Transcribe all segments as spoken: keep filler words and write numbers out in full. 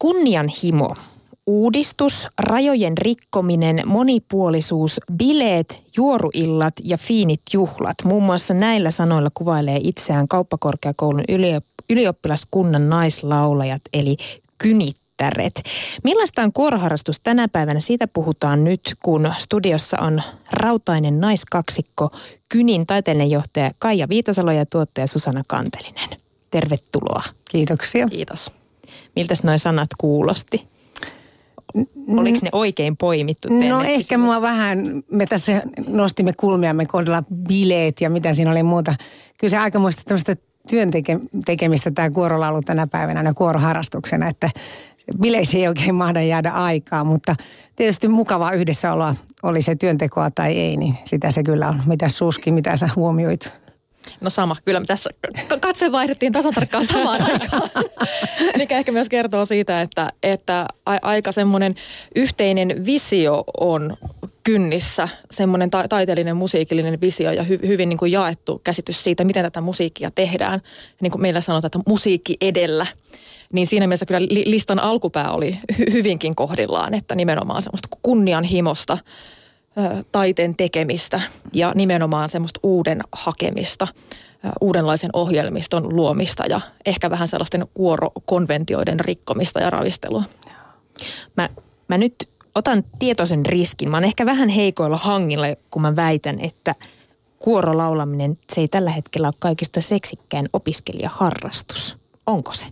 Kunnianhimo, uudistus, rajojen rikkominen, monipuolisuus, bileet, juoruillat ja fiinit juhlat. Muun muassa näillä sanoilla kuvailee itseään Kauppakorkeakoulun ylioppilaskunnan naislaulajat eli kynittäret. Millaista on kuoroharrastus tänä päivänä? Siitä puhutaan nyt, kun studiossa on rautainen naiskaksikko, Kynin taiteellinen johtaja Kaija Viitasalo ja tuottaja Susanna Kantelinen. Tervetuloa. Kiitoksia. Kiitos. Miltäs nuo sanat kuulosti? Oliko ne oikein poimittu? No ehkä mua vähän, me tässä nostimme kulmiamme kohdalla bileet ja mitä siinä oli muuta. Kyllä se aikamoista tämmöistä työn tekemistä tämä kuorolaulu tänä päivänä ja kuoroharrastuksena, että bileissä ei oikein mahda jäädä aikaa, mutta tietysti mukavaa yhdessäoloa, oli se työntekoa tai ei, niin sitä se kyllä on. Mitäs Suski, mitä sä huomioit? No sama, kyllä me tässä katse vaihdettiin tasan tarkkaan samaan aikaan, mikä ehkä myös kertoo siitä, että, että aika semmoinen yhteinen visio on Kynnissä, semmoinen ta- taiteellinen musiikillinen visio ja hy- hyvin niin kuin jaettu käsitys siitä, miten tätä musiikkia tehdään. Niin kuin meillä sanotaan, että musiikki edellä, niin siinä mielessä kyllä li- listan alkupää oli hy- hyvinkin kohdillaan, että nimenomaan semmoista kunnianhimosta, taiteen tekemistä ja nimenomaan semmoista uuden hakemista, uudenlaisen ohjelmiston luomista ja ehkä vähän sellaisten kuorokonventioiden rikkomista ja ravistelua. Mä, mä nyt otan tietoisen riskin. Mä oon ehkä vähän heikoilla hangilla, kun mä väitän, että kuorolaulaminen, se ei tällä hetkellä ole kaikista seksikkään opiskelijaharrastus. Onko se?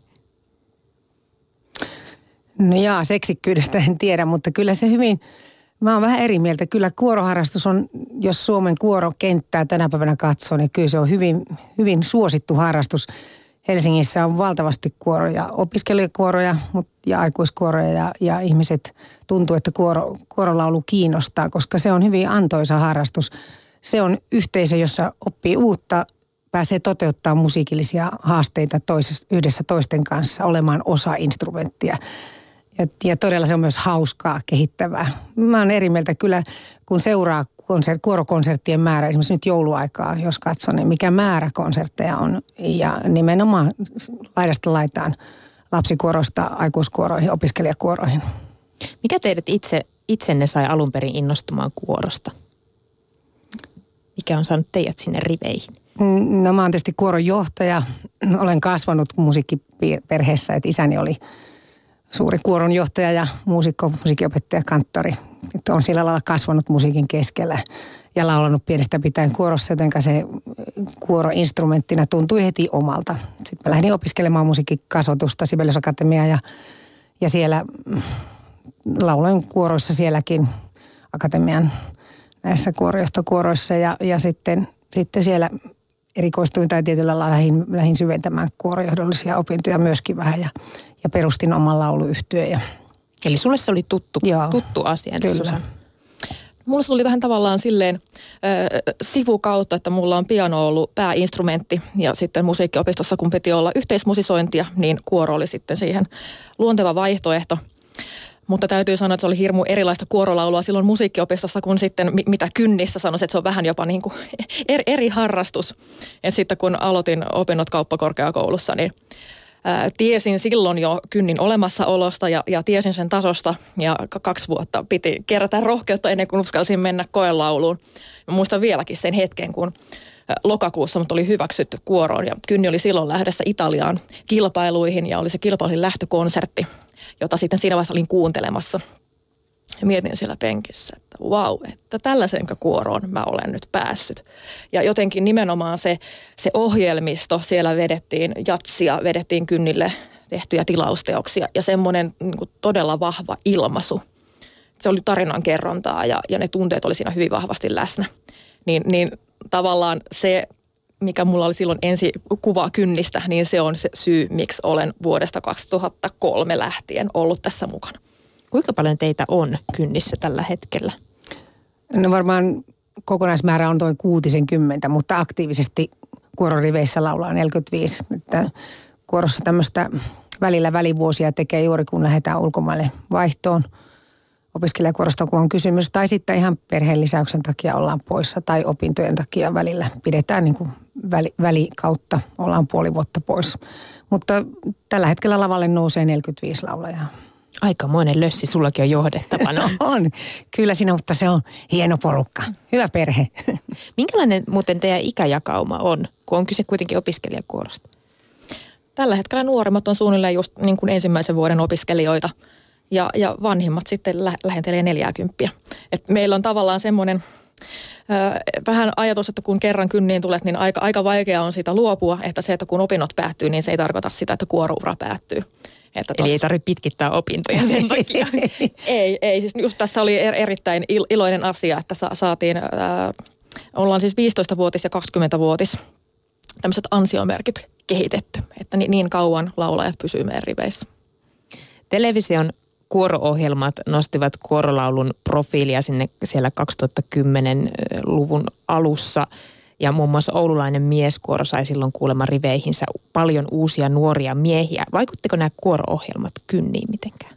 No jaa, seksikkyydestä en tiedä, mutta kyllä se hyvin... Mä oon vähän eri mieltä. Kyllä kuoroharrastus on, jos Suomen kuorokenttää tänä päivänä katsoo, niin kyllä se on hyvin, hyvin suosittu harrastus. Helsingissä on valtavasti kuoroja, opiskelijakuoroja ja aikuiskuoroja ja, ja ihmiset tuntuu, että kuoro, kuorolaulu kiinnostaa, koska se on hyvin antoisa harrastus. Se on yhteisö, jossa oppii uutta, pääsee toteuttaa musiikillisia haasteita toisessa, yhdessä toisten kanssa, olemaan osa instrumenttia. Ja, ja todella se on myös hauskaa, kehittävää. Mä oon eri mieltä kyllä, kun seuraa konsert, kuorokonserttien määrä, esimerkiksi nyt jouluaikaa, jos katson, niin mikä määrä konsertteja on. Ja nimenomaan laidasta laitaan lapsikuoroista aikuiskuoroihin, opiskelijakuoroihin. Mikä teidät itse, itsenne sai alun perin innostumaan kuorosta? Mikä on saanut teidät sinne riveihin? No mä oon tietysti kuoron johtaja. Olen kasvanut musiikkiperheessä, että isäni oli suuri kuoronjohtaja ja muusikko, musiikinopettaja, kanttori. Että on sillä lailla kasvanut musiikin keskellä ja laulanut pienestä pitäen kuorossa, jotenka se kuoroinstrumenttina tuntui heti omalta. Sitten mä lähdin opiskelemaan musiikkikasvatusta Sibelius Akatemiaa ja, ja siellä lauloin kuoroissa sielläkin akatemian näissä kuorojohtokuoroissa ja, ja sitten, sitten siellä erikoistuin tai tietyllä lailla lähdin, lähdin syventämään kuorojohdollisia opintoja myöskin vähän ja, ja perustin oman lauluyhtyeen. Ja... Eli sulle se oli tuttu, tuttu asia, kyllä. Susanna? Mulla se oli vähän tavallaan silleen äh, sivukautta, että mulla on piano ollut pääinstrumentti ja sitten musiikkiopistossa, kun piti olla yhteismusisointia, niin kuoro oli sitten siihen luonteva vaihtoehto. Mutta täytyy sanoa, että se oli hirmu erilaista kuorolaulua silloin musiikkiopistossa, kun sitten mitä Kynnissä sanoisi, että se on vähän jopa niin kuin eri, eri harrastus. Et sitten kun aloitin opinnot Kauppakorkeakoulussa, niin ää, tiesin silloin jo Kynnin olemassaolosta ja, ja tiesin sen tasosta. Ja kaksi vuotta piti kerätä rohkeutta ennen kuin uskalsin mennä koelauluun. Mä muistan vieläkin sen hetken, kun lokakuussa mut oli hyväksytty kuoroon ja Kynni oli silloin lähdössä Italiaan kilpailuihin ja oli se kilpailun lähtökonsertti, jota sitten siinä vaiheessa olin kuuntelemassa. Ja mietin siellä penkissä, että vau, että tällaisenko kuoroon mä olen nyt päässyt. Ja jotenkin nimenomaan se, se ohjelmisto, siellä vedettiin jatsia, vedettiin Kynnille tehtyjä tilausteoksia ja semmoinen niin kuin todella vahva ilmaisu. Se oli tarinan kerrontaa ja, ja ne tunteet oli siinä hyvin vahvasti läsnä. Niin, niin tavallaan se, mikä mulla oli silloin ensi kuva Kynnistä, niin se on se syy, miksi olen vuodesta kaksituhattakolme lähtien ollut tässä mukana. Kuinka paljon teitä on Kynnissä tällä hetkellä? No varmaan kokonaismäärä on toi kuutisenkymmentä, mutta aktiivisesti kuororiveissä laulaa neljäkymmentäviisi. Että kuorossa tämmöistä välillä välivuosia tekee juuri kun lähdetään ulkomaille vaihtoon opiskelijakuorosta, kun on kysymys. Tai sitten ihan perheen lisäyksen takia ollaan poissa tai opintojen takia välillä pidetään niin kuin väli, välikautta, ollaan puoli vuotta pois. Mutta tällä hetkellä lavalle nousee neljäkymmentäviisi laulajaa. Aikamoinen lössi, sullakin on johdettavana. On, kyllä siinä, mutta se on hieno porukka. Hyvä perhe. Minkälainen muuten teidän ikäjakauma on, kun on kyse kuitenkin opiskelijakuorosta? Tällä hetkellä nuoremmat on suunnilleen just niin kuin ensimmäisen vuoden opiskelijoita ja, ja vanhimmat sitten lä- lähentelee neljääkymppiä. Et meillä on tavallaan semmoinen ö, vähän ajatus, että kun kerran kynniin tulet, niin aika, aika vaikea on siitä luopua, että se, että kun opinnot päättyy, niin se ei tarkoita sitä, että kuoroura päättyy. Että Eli ei tarvitse pitkittää opintoja sen takia. ei, ei. Siis just tässä oli er, erittäin il, iloinen asia, että sa, saatiin, ää, ollaan siis viisitoistavuotis ja kaksikymmentävuotis tämmöiset ansiomerkit kehitetty, että niin, niin kauan laulajat pysyy meidän riveissä. Television kuoro-ohjelmat nostivat kuorolaulun profiilia sinne siellä kaksituhattakymmenen-luvun alussa. Ja muun muassa oululainen mieskuoro sai silloin kuulemma riveihinsä paljon uusia nuoria miehiä. Vaikuttiko nämä kuoro-ohjelmat kynniin mitenkään?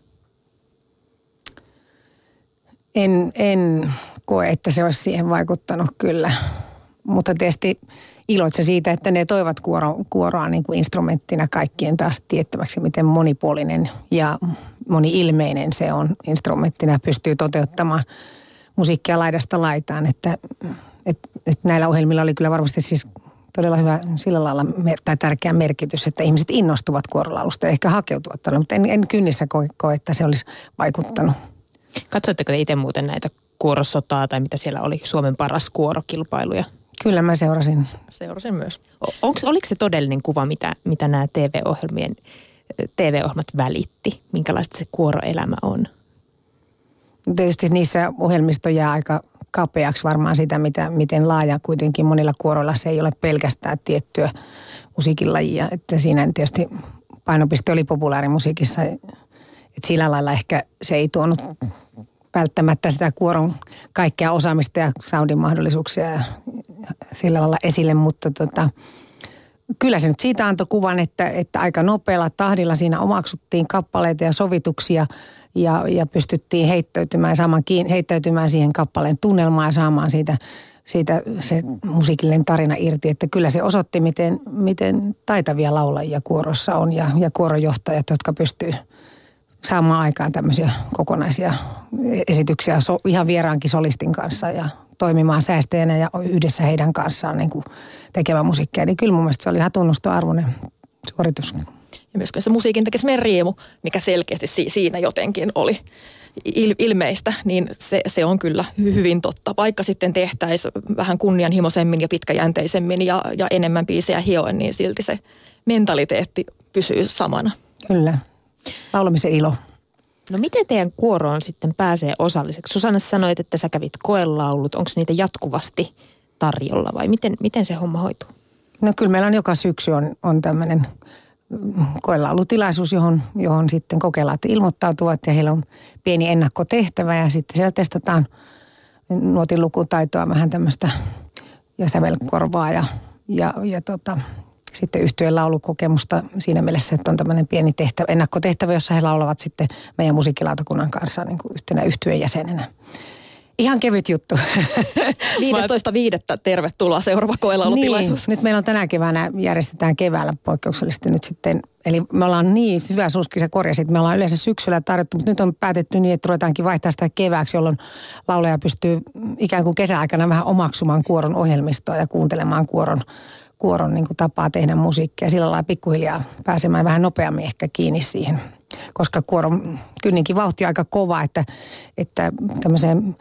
En, en koe, että se olisi siihen vaikuttanut kyllä. Mutta tietysti iloitse siitä, että ne toivat kuoro, kuoroa niin kuin instrumenttina kaikkien taas tiettäväksi, miten monipuolinen ja moni-ilmeinen se on instrumenttina. Pystyy toteuttamaan musiikkia laidasta laitaan, että... Että et näillä ohjelmilla oli kyllä varmasti siis todella hyvä sillä lailla mer- tai tärkeä merkitys, että ihmiset innostuvat kuorolaulusta ja ehkä hakeutuvat todella, mutta en, en kynnissä koe, koe, että se olisi vaikuttanut. Katsoitteko te itse muuten näitä kuorosotaa tai mitä siellä oli, Suomen paras kuorokilpailuja? Kyllä mä seurasin. Seurasin myös. Onks, oliko se todellinen kuva, mitä, mitä nämä T V-ohjelmien, T V-ohjelmat välitti? Minkälaista se kuoroelämä on? Tietysti niissä ohjelmisto jää aika kapeaksi varmaan sitä, mitä, miten laaja kuitenkin monilla kuoroilla se ei ole pelkästään tiettyä musiikinlajia. Että siinä tietysti painopiste oli populaarimusiikissa, että sillä lailla ehkä se ei tuonut välttämättä sitä kuoron kaikkea osaamista ja soundin mahdollisuuksia ja sillä lailla esille, mutta tota, kyllä se nyt siitä antoi kuvan, että, että aika nopealla tahdilla siinä omaksuttiin kappaleita ja sovituksia ja, ja pystyttiin heittäytymään, saamaan kiinni, heittäytymään siihen kappaleen tunnelmaan ja saamaan siitä, siitä se musiikillinen tarina irti. Että kyllä se osoitti, miten, miten taitavia laulajia kuorossa on ja, ja kuorojohtajat, jotka pystyy saamaan aikaan tämmöisiä kokonaisia esityksiä so, ihan vieraankin solistin kanssa ja toimimaan säästäjänä ja yhdessä heidän kanssaan niin kuin tekemään musiikkia. Niin kyllä mun mielestä se oli ihan tunnustoarvoinen suoritus. Ja myöskin se musiikin tekemisen riemu, mikä selkeästi si- siinä jotenkin oli il- ilmeistä, niin se, se on kyllä hyvin totta. Vaikka sitten tehtäisiin vähän kunnianhimoisemmin ja pitkäjänteisemmin ja, ja enemmän biisejä hioen, niin silti se mentaliteetti pysyy samana. Kyllä. Laulamisen ilo. No miten teidän kuoroon sitten pääsee osalliseksi? Susanna, sanoit, että sä kävit koelaulut. Onko niitä jatkuvasti tarjolla vai miten, miten se homma hoituu? No kyllä meillä on joka syksy on, on tämmöinen koelaulutilaisuus, johon, johon sitten kokelaat ilmoittautuvat ja heillä on pieni ennakkotehtävä ja sitten siellä testataan nuotin lukutaitoa, vähän tämmöistä ja sävelkorvaa ja, ja, ja tota, sitten yhtyeen laulukokemusta siinä mielessä, että on tämmöinen pieni tehtävä, ennakkotehtävä, jossa he laulavat sitten meidän musiikkilautakunnan kanssa niin kuin yhtenä yhtyeen jäsenenä. Ihan kevyt juttu. viidestoista viidettä tervetuloa seuraava koelaulutilaisuus. Niin, nyt meillä on tänä keväänä, järjestetään keväällä poikkeuksellisesti nyt sitten, eli me ollaan niin hyvä suski, sä korjasit, me ollaan yleensä syksyllä tarjottu, mutta nyt on päätetty niin, että ruvetaankin vaihtaa sitä kevääksi, jolloin laulaja pystyy ikään kuin kesäaikana vähän omaksumaan kuoron ohjelmistoa ja kuuntelemaan kuoron kuoron niin kuin tapaa tehdä musiikkia. Sillä lailla pikkuhiljaa pääsemään vähän nopeammin ehkä kiinni siihen. Koska kuoron kynninkin vauhti on aika kova, että, että tämmöiseen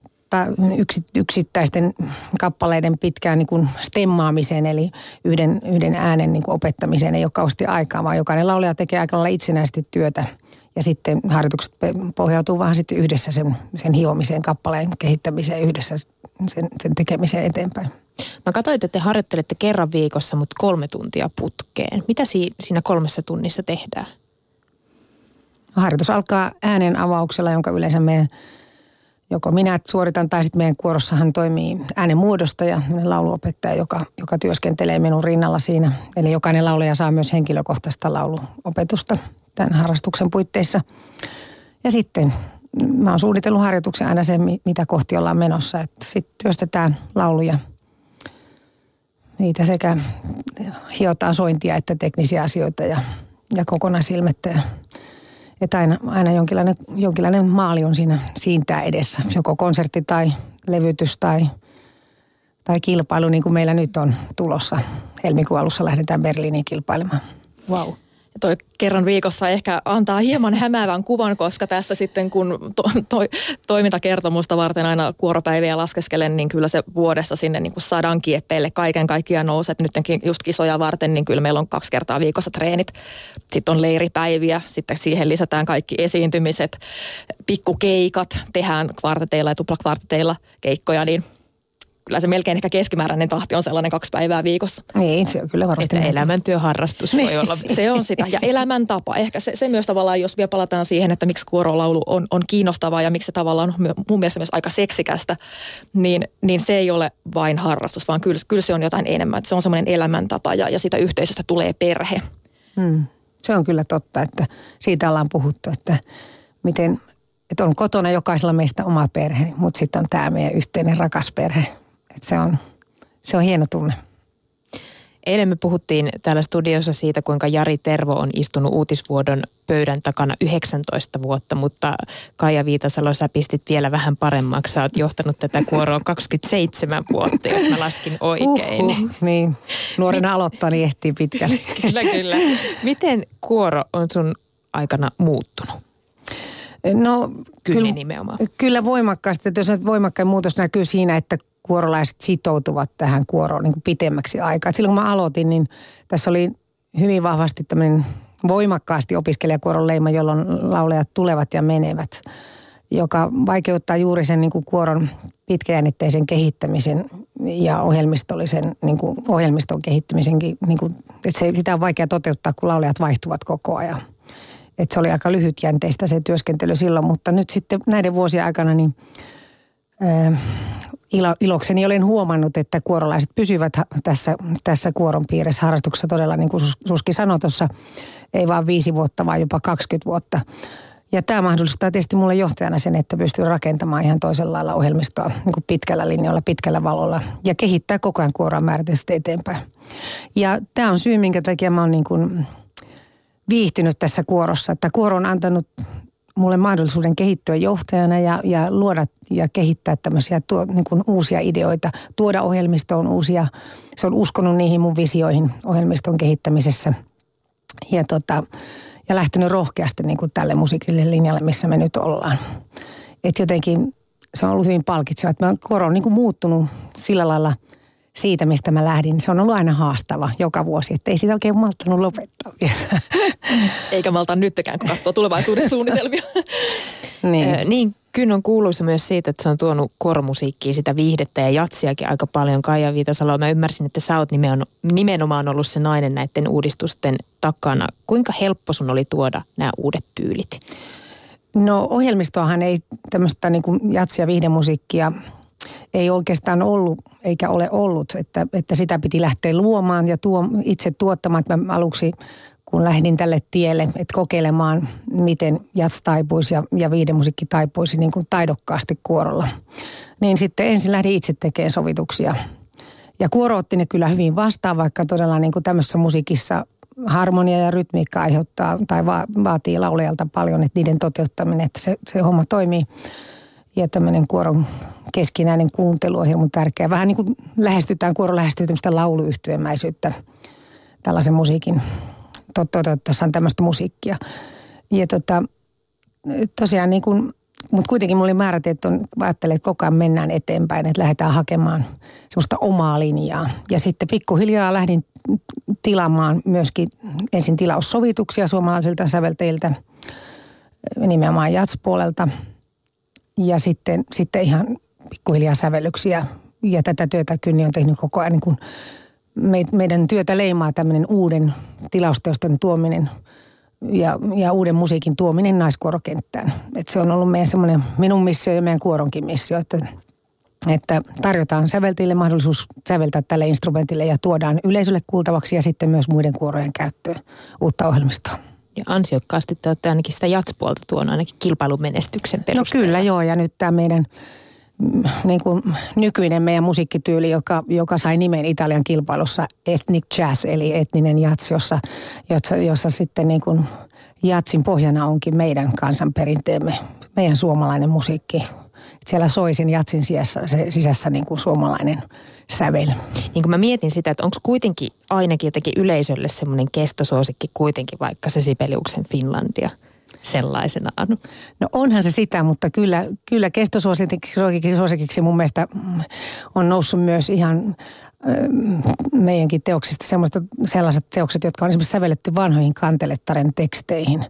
yksittäisten kappaleiden pitkään niin kuin stemmaamiseen, eli yhden, yhden äänen niin kuin opettamiseen ei ole kauheasti aikaa, vaan jokainen laulaja tekee aika lailla itsenäisesti työtä. Ja sitten harjoitukset pohjautuu vaan sitten yhdessä sen, sen hiomiseen, kappaleen kehittämiseen, yhdessä sen, sen tekemiseen eteenpäin. Mä katsoin, että te harjoittelette kerran viikossa, mutta kolme tuntia putkeen. Mitä si- siinä kolmessa tunnissa tehdään? Harjoitus alkaa äänen avauksella, jonka yleensä meidän, joko minä suoritan tai sitten meidän kuorossahan toimii äänen muodostaja, lauluopettaja, joka, joka työskentelee minun rinnalla siinä. Eli jokainen laulaja saa myös henkilökohtaista lauluopetusta tämän harrastuksen puitteissa. Ja sitten mä oon suunnitellut harjoituksen aina sen, mitä kohti ollaan menossa. Että sitten työstetään lauluja. Niitä sekä hiotaan sointia että teknisiä asioita ja, ja kokonaisilmettä. Että aina, aina jonkinlainen, jonkinlainen maali on siinä siintää edessä. Joko konsertti tai levytys tai, tai kilpailu, niin kuin meillä nyt on tulossa. Helmikuun alussa lähdetään Berliiniin kilpailemaan. Wow. Toi kerran viikossa ehkä antaa hieman hämäävän kuvan, koska tässä sitten kun to, to, toimintakertomusta varten aina kuoropäiviä laskeskelen, niin kyllä se vuodessa sinne niin kuin sadan kieppeille kaiken kaikkiaan nousee. Nytkin just kisoja varten, niin kyllä meillä on kaksi kertaa viikossa treenit. Sitten on leiripäiviä, sitten siihen lisätään kaikki esiintymiset, pikkukeikat, tehdään kvarteteilla ja tuplakvarteteilla keikkoja, niin kyllä se melkein ehkä keskimääräinen tahti on sellainen kaksi päivää viikossa. Niin, se on kyllä varmasti. Että elämäntyöharrastus voi niin. olla. Se on sitä. Ja elämäntapa. Ehkä se, se myös tavallaan, jos vielä palataan siihen, että miksi kuorolaulu on, on kiinnostavaa ja miksi se tavallaan on mun mielestä myös aika seksikästä, niin, niin se ei ole vain harrastus, vaan kyllä, kyllä se on jotain enemmän. Se on semmoinen elämäntapa ja, ja siitä yhteisöstä tulee perhe. Hmm. Se on kyllä totta, että siitä ollaan puhuttu, että miten, että on kotona jokaisella meistä oma perhe, mutta sitten on tämä meidän yhteinen rakas perhe. Että se on, se on hieno tunne. Eilen me puhuttiin täällä studiossa siitä, kuinka Jari Tervo on istunut Uutisvuodon pöydän takana yhdeksäntoista vuotta, mutta Kaija Viitasalo, sä pistit vielä vähän paremmaksi. Sä oot johtanut tätä kuoroa kaksikymmentäseitsemän vuotta, jos mä laskin oikein. Uhuh, niin, nuorena aloittaa, niin ehtii pitkälle. Kyllä, kyllä. Miten kuoro on sun aikana muuttunut? No, kyllä, kyllä nimenomaan. Kyllä voimakkaasti. Että jos voimakkain muutos näkyy siinä, että kuorolaiset sitoutuvat tähän kuoroon niin kuin pitemmäksi aikaa. Et silloin kun mä aloitin, niin tässä oli hyvin vahvasti tämmöinen voimakkaasti opiskelijakuoron leima, jolloin laulajat tulevat ja menevät, joka vaikeuttaa juuri sen niin kuin kuoron pitkäjännitteisen kehittämisen ja ohjelmistollisen, niin kuin ohjelmiston kehittämisenkin. Niin kuin, että se, sitä on vaikea toteuttaa, kun laulajat vaihtuvat koko ajan. Että se oli aika lyhytjänteistä se työskentely silloin, mutta nyt sitten näiden vuosien aikana niin ää, ilo, ilokseni olen huomannut, että kuorolaiset pysyvät tässä, tässä kuoron piirissä harrastuksessa todella, niin kuin Suski sanoi tuossa, ei vaan viisi vuotta, vaan jopa kaksikymmentä vuotta. Ja tämä mahdollistaa tietysti mulle johtajana sen, että pystyy rakentamaan ihan toisella lailla ohjelmistoa niin kuin pitkällä linjalla, pitkällä valolla ja kehittää koko ajan kuoroa määrätisesti eteenpäin. Ja tämä on syy, minkä takia mä oon niin kuin viihtynyt tässä kuorossa, että kuoro on antanut mulle mahdollisuuden kehittyä johtajana ja, ja luoda ja kehittää tämmöisiä tuo, niin kuin uusia ideoita, tuoda ohjelmistoon uusia, se on uskonut niihin mun visioihin ohjelmiston kehittämisessä ja, tota, ja lähtenyt rohkeasti niin kuin tälle musiikille linjalle, missä me nyt ollaan. Että jotenkin se on ollut hyvin palkitseva, että kuoro on niin kuin muuttunut sillä lailla siitä, mistä mä lähdin. Se on ollut aina haastava joka vuosi, että ei sitä oikein malttanut lopettaa vielä. Eikä malta nytkään, kun katsoo tulevaisuuden suunnitelmia. niin. Äh, niin, Kyn on kuuluisa myös siitä, että se on tuonut kuoromusiikkiin sitä viihdettä ja jatsiakin aika paljon. Kaija Viitasalo, mä ymmärsin, että sä oot nimenomaan ollut se nainen näiden uudistusten takana. Kuinka helppo sun oli tuoda nämä uudet tyylit? No ohjelmistoahan ei tämmöistä niin kuin jatsi- ja viihdemusiikkia ei oikeastaan ollut eikä ole ollut, että, että sitä piti lähteä luomaan ja tuo, itse tuottamaan. Että mä aluksi, kun lähdin tälle tielle, että kokeilemaan, miten jats taipuisi ja, ja viihdemusiikki taipuisi niin kuin taidokkaasti kuorolla. Niin sitten ensin lähdin itse tekemään sovituksia. Ja kuoro otti ne kyllä hyvin vastaan, vaikka todella niin kuin tämmöisessä musiikissa harmonia ja rytmiikka aiheuttaa tai va, vaatii laulajalta paljon, että niiden toteuttaminen, että se, se homma toimii. Ja tämmöinen kuoron keskinäinen kuuntelu on hirveän tärkeää. Vähän niin kuin lähestytään, kuoro lähestyy tämmöistä lauluyhtyemäisyyttä tällaisen musiikin toteuttaessaan tämmöistä musiikkia. Ja tota, tosiaan niin kuin, mutta kuitenkin mulla oli määrätietoon, että ajattelin, että koko ajan mennään eteenpäin, että lähdetään hakemaan semmoista omaa linjaa. Ja sitten pikkuhiljaa lähdin tilaamaan myöskin ensin tilaussovituksia suomalaisilta sävelteiltä, nimenomaan jats-puolelta. Ja sitten, sitten ihan pikkuhiljaa sävellyksiä. Ja tätä työtä Kynni on tehnyt koko ajan. Niin kuin me, meidän työtä leimaa tämmöinen uuden tilausteosten tuominen ja, ja uuden musiikin tuominen naiskuorokenttään. Et se on ollut meidän semmoinen minun missio ja meidän kuoronkin missio, että, että tarjotaan säveltäjille mahdollisuus säveltää tälle instrumentille ja tuodaan yleisölle kuultavaksi ja sitten myös muiden kuorojen käyttöön uutta ohjelmistoa. Ja ansiokkaasti te olette ainakin sitä jatspuolta tuon ainakin kilpailumenestyksen perusteella. No kyllä joo, ja nyt tämä meidän niin kuin nykyinen meidän musiikkityyli, joka, joka sai nimen Italian kilpailussa Ethnic Jazz, eli etninen jats, jossa, jossa, jossa sitten niin kuin jatsin pohjana onkin meidän kansanperinteemme, meidän suomalainen musiikki. Siellä soi sen jatsin sisässä, se sisässä niin kuin suomalainen sävel. Niin kuin mä mietin sitä, että onko kuitenkin ainakin jotenkin yleisölle semmoinen kestosuosikki kuitenkin vaikka se Sibeliuksen Finlandia sellaisenaan? No onhan se sitä, mutta kyllä, kyllä kestosuosikiksi mun mielestä on noussut myös ihan meidänkin teoksista semmoista, sellaiset teokset, jotka on esimerkiksi sävelletty vanhoihin Kantelettaren teksteihin.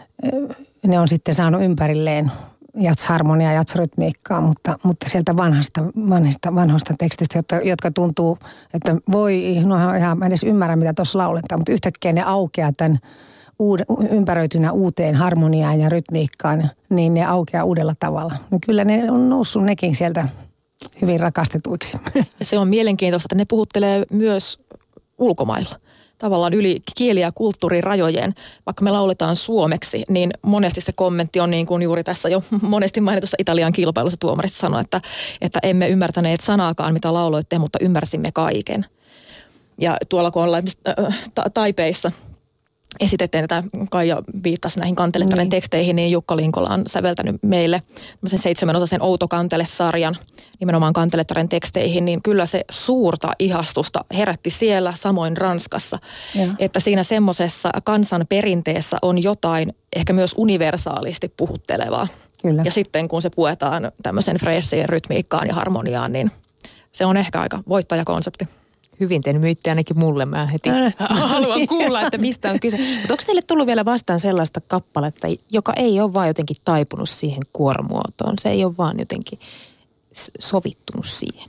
Ne on sitten saanut ympärilleen jatsharmonia ja jatsrytmiikkaa, mutta, mutta sieltä vanhasta, vanhasta, vanhoista tekstistä, jotka, jotka tuntuu, että voi, no ihan mä edes ymmärrä, mitä tuossa lauletaan, mutta yhtäkkiä ne aukeaa tämän uuden, ympäröitynä uuteen harmoniaan ja rytmiikkaan, niin ne aukeaa uudella tavalla. No kyllä ne on noussut nekin sieltä hyvin rakastetuiksi. Ja se on mielenkiintoista, että ne puhuttelee myös ulkomailla. Tavallaan yli kieli- ja kulttuurirajojen, vaikka me lauletaan suomeksi, niin monesti se kommentti on niin kuin juuri tässä jo monesti mainitussa Italian kilpailussa tuomarista sanoi, että, että emme ymmärtäneet sanaakaan, mitä lauloitte, mutta ymmärsimme kaiken. Ja tuolla kun ollaan ta- Taipeissa esitettiin tätä, Kaija viittasi näihin Kantelettaren niin. teksteihin, niin Jukka Linkola on säveltänyt meille tämmöisen seitsemänosaisen Outo Kantele-sarjan nimenomaan Kantelettaren teksteihin, niin kyllä se suurta ihastusta herätti siellä, samoin Ranskassa. Ja. Että siinä semmoisessa kansan perinteessä on jotain ehkä myös universaalisti puhuttelevaa. Kyllä. Ja sitten kun se puetaan tämmöisen freessiin rytmiikkaan ja harmoniaan, niin se on ehkä aika voittajakonsepti. Hyvin te myitte ainakin mulle. Mä heti haluan kuulla, että mistä on kyse. Mutta onko teille tullut vielä vastaan sellaista kappaletta, joka ei ole vaan jotenkin taipunut siihen kuoromuotoon? Se ei ole vaan jotenkin sovittunut siihen.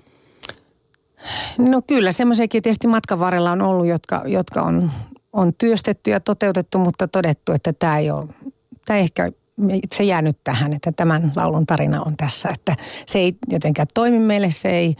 No kyllä, semmoisiakin tietysti matkan varrella on ollut, jotka, jotka on, on työstetty ja toteutettu, mutta todettu, että tämä ei ole, tämä ehkä se jää nyt tähän, että tämän laulun tarina on tässä. Että se ei jotenkään toimi meille, se ei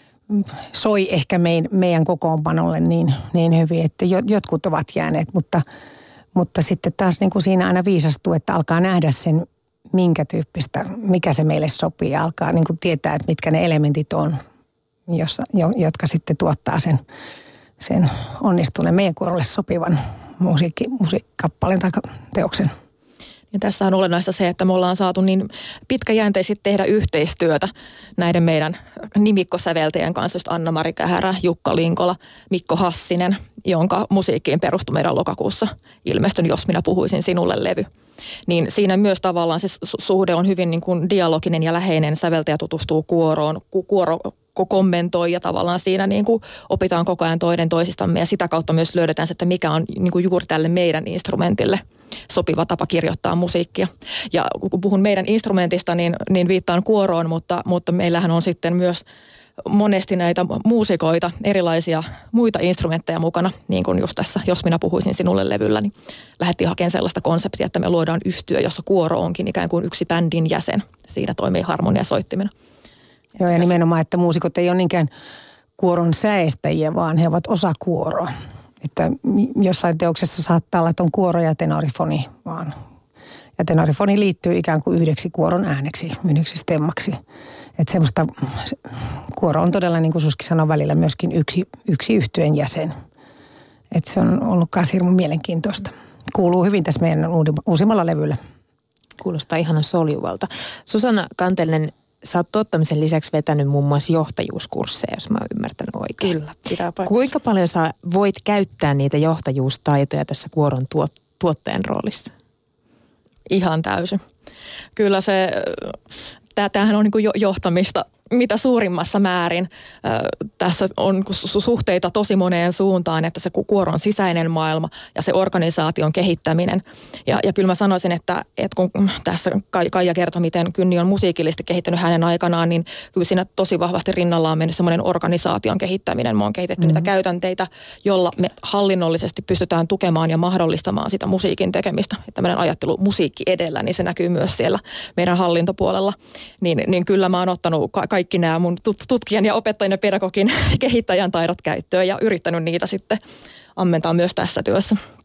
soi ehkä mein, meidän kokoonpanolle niin, niin hyvin, että jotkut ovat jääneet, mutta, mutta sitten taas niin kuin siinä aina viisastuu, että alkaa nähdä sen, minkä tyyppistä, mikä se meille sopii ja alkaa niin kuin tietää, että mitkä ne elementit on, jossa, jotka sitten tuottaa sen, sen onnistuneen meidän kuorolle sopivan musiikki, musiikkappaleen tai teoksen. Ja tässä on olennaista se, että me ollaan saatu niin pitkäjänteisesti tehdä yhteistyötä näiden meidän nimikkosäveltäjien kanssa, just Anna-Mari Kähärä, Jukka Linkola, Mikko Hassinen, jonka musiikkiin perustui meidän lokakuussa ilmestyn Jos minä puhuisin sinulle -levy. Niin siinä myös tavallaan se suhde on hyvin niin kuin dialoginen ja läheinen, säveltäjä tutustuu kuoroon, kuoro kommentoi ja tavallaan siinä niin kuin opitaan koko ajan toinen toisistamme ja sitä kautta myös löydetään se, että mikä on niin kuin juuri tälle meidän instrumentille sopiva tapa kirjoittaa musiikkia. Ja kun puhun meidän instrumentista, niin, niin viittaan kuoroon, mutta, mutta meillähän on sitten myös monesti näitä muusikoita, erilaisia muita instrumentteja mukana, niin kuin just tässä Jos minä puhuisin sinulle -levyllä, niin lähdettiin hakemaan sellaista konseptia, että me luodaan yhtye, jossa kuoro onkin ikään kuin yksi bändin jäsen. Siinä toimii harmonia soittimena. Joo, ja nimenomaan, että muusikot ei ole niinkään kuoron säestäjiä, vaan he ovat osa kuoroa. Että jossain teoksessa saattaa olla, että on kuoro ja tenorifoni vaan. Ja tenorifoni liittyy ikään kuin yhdeksi kuoron ääneksi, yhdeksi stemmaksi. Että semmoista, kuoro on todella, niin kuin Suski sanoi, välillä myöskin yksi, yksi yhtyeen jäsen. Että se on ollut myös hirveän mielenkiintoista. Kuuluu hyvin tässä meidän uusimmalla levyllä. Kuulostaa ihanan soljuvalta. Susanna Kantelen, sä oot tuottamisen lisäksi vetänyt muun muassa johtajuuskursseja, jos mä oon ymmärtänyt oikein. Kyllä, pitää paikkansa. Kuinka paljon sä voit käyttää niitä johtajuustaitoja tässä kuoron tuot, tuottajan roolissa? Ihan täysin. Kyllä se, tämähän on niin kuin johtamista mitä suurimmassa määrin. Tässä on suhteita tosi moneen suuntaan, että se kuoron sisäinen maailma ja se organisaation kehittäminen. Ja, ja kyllä mä sanoisin, että, että kun tässä Kaija kertoi, miten Kynni on musiikillisesti kehittänyt hänen aikanaan, niin kyllä siinä tosi vahvasti rinnalla on mennyt semmoinen organisaation kehittäminen. Me on kehitetty mm-hmm. niitä käytänteitä, jolla me hallinnollisesti pystytään tukemaan ja mahdollistamaan sitä musiikin tekemistä. Että tämmöinen ajattelu musiikki edellä, niin se näkyy myös siellä meidän hallintopuolella. Niin, niin kyllä mä oon ottanut kaikki nämä mun tutkijan ja opettajan ja pedagogin kehittäjän taidot käyttöön ja yrittänyt niitä sitten ammentaa myös tässä työssä.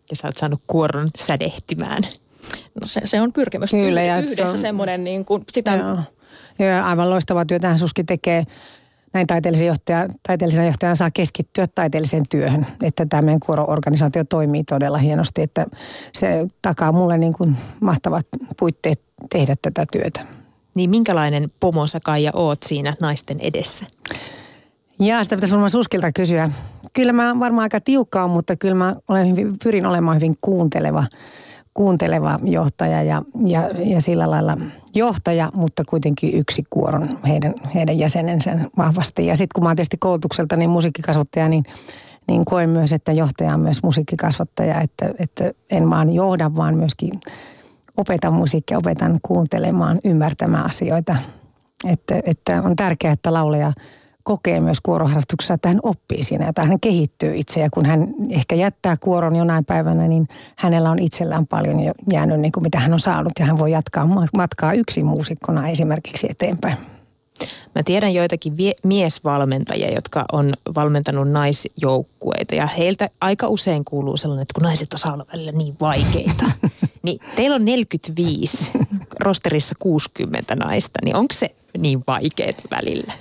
ja sä oot saanut kuoron sädehtimään. No se, se on pyrkimys. Kyllä, ja yhdessä se on, semmoinen niin kuin sitä... Joo. Joo, aivan loistavaa työtä Suski tekee. Näin taiteellisen johtaja, taiteellisena johtajana saa keskittyä taiteelliseen työhön. Että tämä meidän kuoro-organisaatio toimii todella hienosti, että se takaa mulle niin kuin mahtavat puitteet tehdä tätä työtä. Niin minkälainen pomo sä, Kaija, oot siinä naisten edessä? Jaa, sitä pitäisi varmaan Suskilta kysyä. Kyllä mä varmaan aika tiukkaa, mutta kyllä mä olen hyvin, pyrin olemaan hyvin kuunteleva, kuunteleva johtaja ja, ja, ja sillä lailla johtaja, mutta kuitenkin yksi kuoron heidän, heidän jäsenensä vahvasti. Ja sitten kun mä oon tietysti koulutukselta niin musiikkikasvattaja, niin, niin koen myös, että johtaja on myös musiikkikasvattaja, että, että en vaan johda, vaan myöskin opetan musiikkia, opetan kuuntelemaan, ymmärtämään asioita. Että, että on tärkeää, että laulaja kokee myös kuoroharrastuksessa, että hän oppii siinä, että hän kehittyy itse. Ja kun hän ehkä jättää kuoron jonain päivänä, niin hänellä on itsellään paljon jo jäänyt niin kuin mitä hän on saanut. Ja hän voi jatkaa matkaa yksin muusikkona esimerkiksi eteenpäin. Mä tiedän joitakin vie- miesvalmentajia, jotka on valmentanut naisjoukkueita. Ja heiltä aika usein kuuluu sellainen, että kun naiset osaa olla välillä niin vaikeita. Niin teillä on neljäkymmentäviisi, rosterissa kuusikymmentä naista, niin onko se niin vaikeaa välillä?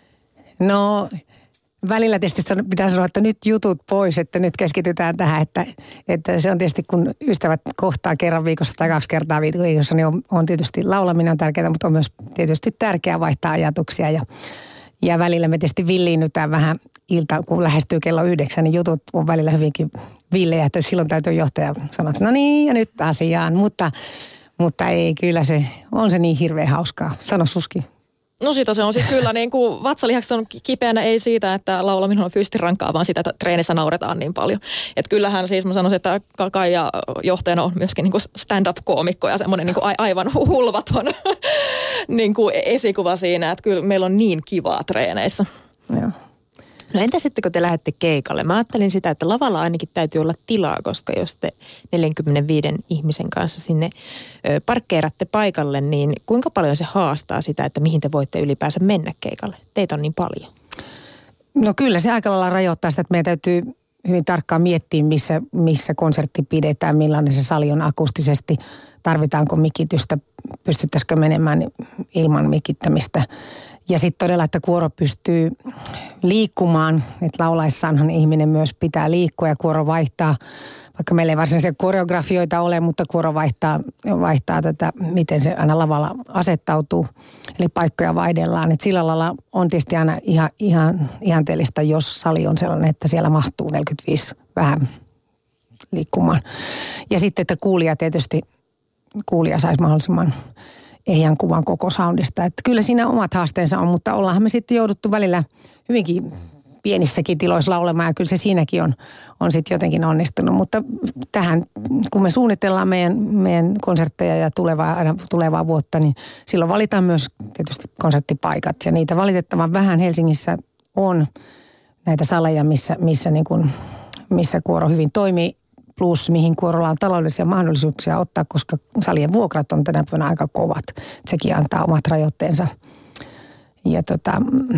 No välillä tietysti pitää sanoa, että nyt jutut pois, että nyt keskitytään tähän, että, että se on tietysti kun ystävät kohtaa kerran viikossa tai kaksi kertaa viikossa, niin on, on tietysti laulaminen on tärkeää, mutta on myös tietysti tärkeää vaihtaa ajatuksia ja, ja välillä me tietysti villiinnytään vähän ilta, kun lähestyy kello yhdeksän, niin jutut on välillä hyvinkin villejä, että silloin täytyy johtaja sanoa, että no niin ja nyt asiaan, mutta, mutta ei kyllä se, on se niin hirveän hauskaa. Sano Suski. No sitä se on siis kyllä niin kuin vatsalihakset on kipeänä, ei siitä, että laulaminen on fyysisesti rankkaa, vaan sitä, että treenissä nauretaan niin paljon. Että kyllähän siis mä sanoisin, että Kaija johtajana on myöskin niin kuin stand-up-koomikko ja semmoinen niin kuin aivan hulvaton niin kuin esikuva siinä, että kyllä meillä on niin kivaa treeneissä. Joo. No entä sitten, kun te lähdette keikalle? Mä ajattelin sitä, että lavalla ainakin täytyy olla tilaa, koska jos te neljänkymmenenviiden ihmisen kanssa sinne ö, parkkeeratte paikalle, niin kuinka paljon se haastaa sitä, että mihin te voitte ylipäänsä mennä keikalle? Teitä on niin paljon. No kyllä se aika lailla rajoittaa sitä, että meidän täytyy hyvin tarkkaan miettiä, missä, missä konsertti pidetään, millainen se sali on akustisesti, tarvitaanko mikitystä, pystyttäisikö menemään ilman mikittämistä. Ja sitten todella, että kuoro pystyy liikkumaan, että laulaessaanhan ihminen myös pitää liikkua ja kuoro vaihtaa, vaikka meillä ei varsinaisia koreografioita ole, mutta kuoro vaihtaa, vaihtaa tätä, miten se aina lavalla asettautuu, eli paikkoja vaihdellaan. Et sillä lailla on tietysti aina ihan, ihan ihanteellista, jos sali on sellainen, että siellä mahtuu neljäkymmentäviisi vähän liikkumaan. Ja sitten, että kuulija tietysti, kuulija saisi mahdollisimman ehjän kuvan koko soundista. Että kyllä siinä omat haasteensa on, mutta ollaanhan me sitten jouduttu välillä hyvinkin pienissäkin tiloissa laulemaan ja kyllä se siinäkin on, on sitten jotenkin onnistunut. Mutta tähän, kun me suunnitellaan meidän, meidän konsertteja ja tulevaa, tulevaa vuotta, niin silloin valitaan myös tietysti konserttipaikat. Ja niitä valitettavan vähän Helsingissä on näitä saleja, missä, missä, niin kuin, missä kuoro hyvin toimii. Plus mihin kuorolla on taloudellisia mahdollisuuksia ottaa, koska salien vuokrat on tänä päivänä aika kovat. Sekin antaa omat rajoitteensa. Ja tota,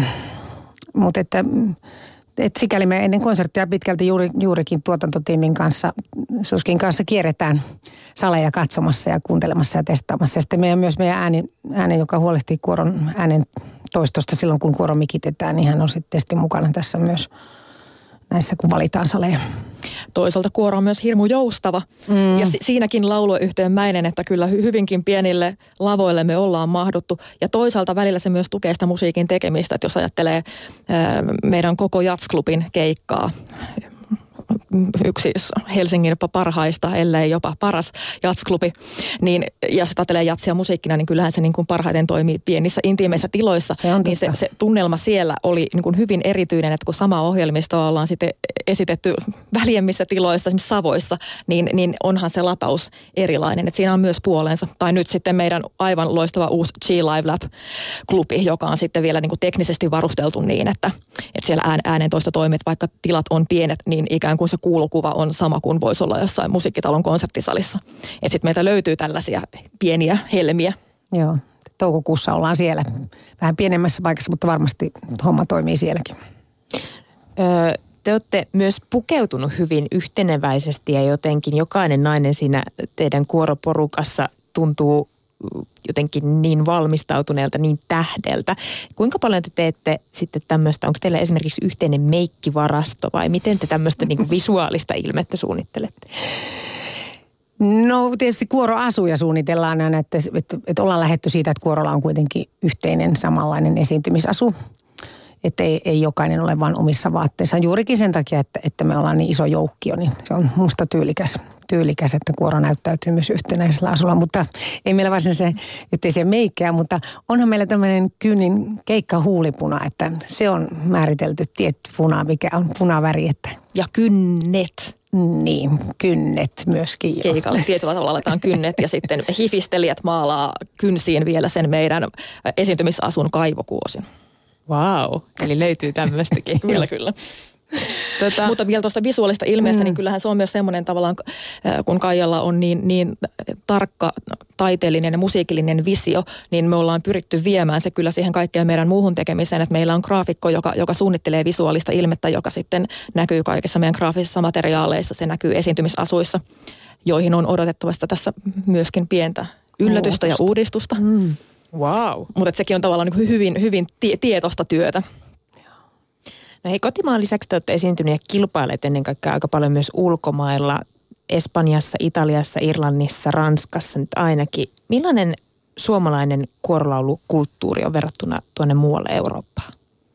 mutta että, että sikäli me ennen konserttia pitkälti juuri, juurikin tuotantotiimin kanssa, Suskin kanssa kierretään saleja katsomassa ja kuuntelemassa ja testaamassa. Ja sitten meidän myös meidän ääni, ääni, joka huolehtii kuoron äänen toistosta silloin, kun kuoro mikitetään, niin hän on sitten tietysti mukana tässä myös näissä, kun valitaan saleja. Toisaalta kuoro on myös hirmu joustava mm. ja si- siinäkin lauluyhteenmäinen, että kyllä hy- hyvinkin pienille lavoille me ollaan mahduttu. Ja toisaalta välillä se myös tukee sitä musiikin tekemistä, että jos ajattelee ää, meidän koko jazzklubin keikkaa, yksi Helsingin jopa parhaista, ellei jopa paras jatsklubi, niin, ja sitä ajattelee jatsia musiikkina, niin kyllähän se niin kuin parhaiten toimii pienissä intiimeissä tiloissa. Se on niin se, se tunnelma siellä oli niin kuin hyvin erityinen, että kun sama ohjelmisto ollaan sitten esitetty väljemmissä tiloissa, esimerkiksi Savoissa, niin, niin onhan se lataus erilainen, että siinä on myös puolensa. Tai nyt sitten meidän aivan loistava uusi G-Live Lab-klubi, joka on sitten vielä niin kuin teknisesti varusteltu niin, että, että siellä äänentoisto toimii, vaikka tilat on pienet, niin ikään kuin se kuulukuva on sama kuin voisi olla jossain musiikkitalon konserttisalissa. Että sitten meiltä löytyy tällaisia pieniä helmiä. Joo, toukokuussa ollaan siellä. Vähän pienemmässä paikassa, mutta varmasti homma toimii sielläkin. Öö, Te olette myös pukeutunut hyvin yhteneväisesti ja jotenkin jokainen nainen siinä teidän kuoroporukassa tuntuu jotenkin niin valmistautuneelta, niin tähdeltä. Kuinka paljon te teette sitten tämmöistä, onko teillä esimerkiksi yhteinen meikkivarasto vai miten te tämmöistä niin kuin visuaalista ilmettä suunnittelette? No tietysti kuoroasuja suunnitellaan aina, että, että, että ollaan lähdetty siitä, että kuorolla on kuitenkin yhteinen samanlainen esiintymisasu. Että ei, ei jokainen ole vain omissa vaatteissa. Juurikin sen takia, että, että me ollaan niin iso joukkio, niin se on musta tyylikäs, tyylikäs, että kuoro näyttäytyy myös yhtenäisellä asulla. Mutta ei meillä varsinaisesti yhteisiä meikkejä, mutta onhan meillä tämmöinen kynnin keikkahuulipuna, että se on määritelty tietty puna, mikä on punaväri. Että ja kynnet. Niin, kynnet myöskin. Keikalle tietyllä tavalla aletaan kynnet ja sitten hifistelijät maalaa kynsiin vielä sen meidän esiintymisasun kaivokuosin. Vau, wow. Eli löytyy tämmöistäkin. Kyllä, kyllä. Tota, Mutta vielä tuosta visuaalista ilmeestä, mm. niin kyllähän se on myös semmoinen tavallaan, kun Kaijalla on niin, niin tarkka taiteellinen ja musiikillinen visio, niin me ollaan pyritty viemään se kyllä siihen kaikkeen meidän muuhun tekemiseen, että meillä on graafikko, joka, joka suunnittelee visuaalista ilmettä, joka sitten näkyy kaikissa meidän graafisissa materiaaleissa, se näkyy esiintymisasuissa, joihin on odotettavasti tässä myöskin pientä yllätystä ja uudistusta. Mm. Wow. Mutta sekin on tavallaan niin hyvin, hyvin tie- tietoista työtä. No hei, kotimaan lisäksi te olette esiintyneet ja kilpaileet ennen kaikkea aika paljon myös ulkomailla. Espanjassa, Italiassa, Irlannissa, Ranskassa nyt ainakin. Millainen suomalainen kuorolaulukulttuuri on verrattuna tuonne muualle Eurooppaan?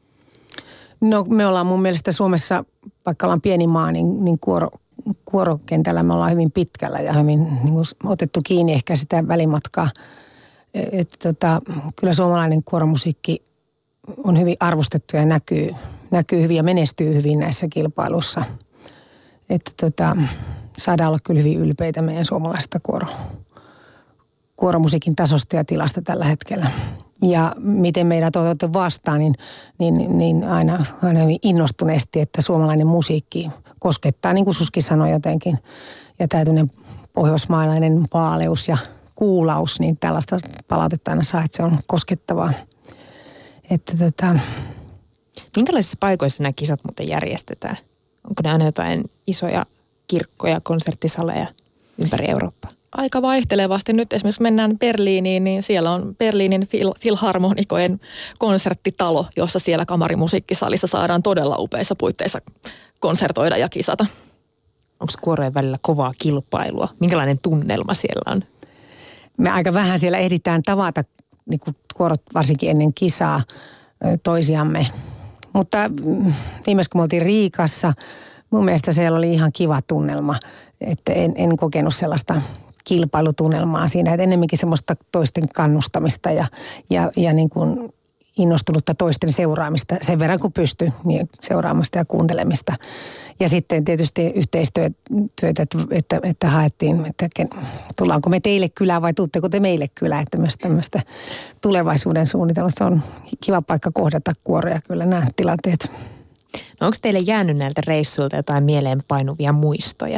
No me ollaan mun mielestä Suomessa, vaikka ollaan pieni maa, niin, niin kuoro, kuorokentällä me ollaan hyvin pitkällä ja hyvin niin kuin otettu kiinni ehkä sitä välimatkaa. Että tota, kyllä suomalainen kuoromusiikki on hyvin arvostettu ja näkyy, näkyy hyvin ja menestyy hyvin näissä kilpailuissa. Että tota, saadaan olla kyllä hyvin ylpeitä meidän suomalaisesta kuoro, kuoromusiikin tasosta ja tilasta tällä hetkellä. Ja miten meidät otatte vastaan, niin, niin, niin aina, aina hyvin innostuneesti, että suomalainen musiikki koskettaa, niin kuin Suski sanoi jotenkin. Ja tämä pohjoismaalainen vaaleus ja kuulaus, niin tällaista palautetta aina saa, että se on koskettavaa. Että tota... Minkälaisissa paikoissa nämä kisat muuten järjestetään? Onko ne aina jotain isoja kirkkoja, konserttisaleja ympäri Eurooppaa? Aika vaihtelevasti. Nyt esimerkiksi mennään Berliiniin, niin siellä on Berliinin fil- filharmonikojen konserttitalo, jossa siellä kamarimusiikkisalissa saadaan todella upeissa puitteissa konsertoida ja kisata. Onko kuorojen välillä kovaa kilpailua? Minkälainen tunnelma siellä on? Me aika vähän siellä ehditään tavata, niin kuin kuorot varsinkin ennen kisaa, toisiamme. Mutta viimeis kun me oltiin Riikassa, mun mielestä siellä oli ihan kiva tunnelma. Että en, en kokenut sellaista kilpailutunnelmaa siinä, että ennemminkin semmoista toisten kannustamista ja, ja, ja niin kuin innostunutta toisten seuraamista sen verran kuin pystyi, niin seuraamasta ja kuuntelemista. Ja sitten tietysti yhteistyötä, että, että, että haettiin, että tullaanko me teille kylään vai tuutteko te meille kylään, että myös tämmöistä tulevaisuuden suunnitelmasta on kiva paikka kohdata kuoroja kyllä nämä tilanteet. No onko teille jäänyt näiltä reissuilta jotain mieleenpainuvia muistoja?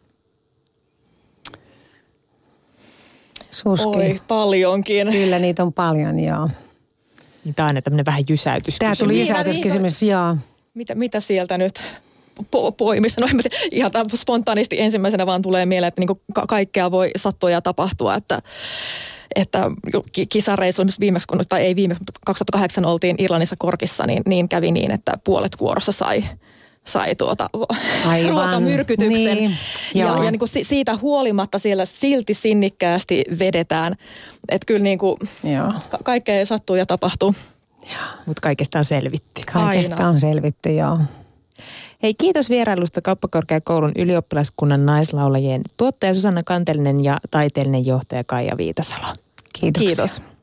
Suski. Oi, paljonkin. Kyllä niitä on paljon, joo. Niin tämä on aina tämmöinen vähän jysäytyskysymys. Tämä tuli jysäytyskysymys, joo. Mitä, mitä sieltä nyt po- poimissa? No ihan spontaanisti ensimmäisenä vaan tulee mieleen, että niinku ka- kaikkea voi sattua ja tapahtua, että että kisareissu viimeksi, kun, tai ei viimeksi, mutta kaksituhattakahdeksan oltiin Irlannissa Korkissa, niin, niin kävi niin, että puolet kuorossa sai, sai tuota ruokamyrkytyksen. Niin, ja ja niin kuin siitä huolimatta siellä silti sinnikkäästi vedetään. Että kyllä niin kuin ka- kaikkea sattuu ja tapahtuu. Mutta kaikesta on selvitty. Kaikesta Aina. on selvitty, joo. Hei, kiitos vierailusta Kauppakorkeakoulun ylioppilaskunnan naislaulajien tuottaja Susanna Kantelinen ja taiteellinen johtaja Kaija Viitasalo. Kiitoksia. Kiitos.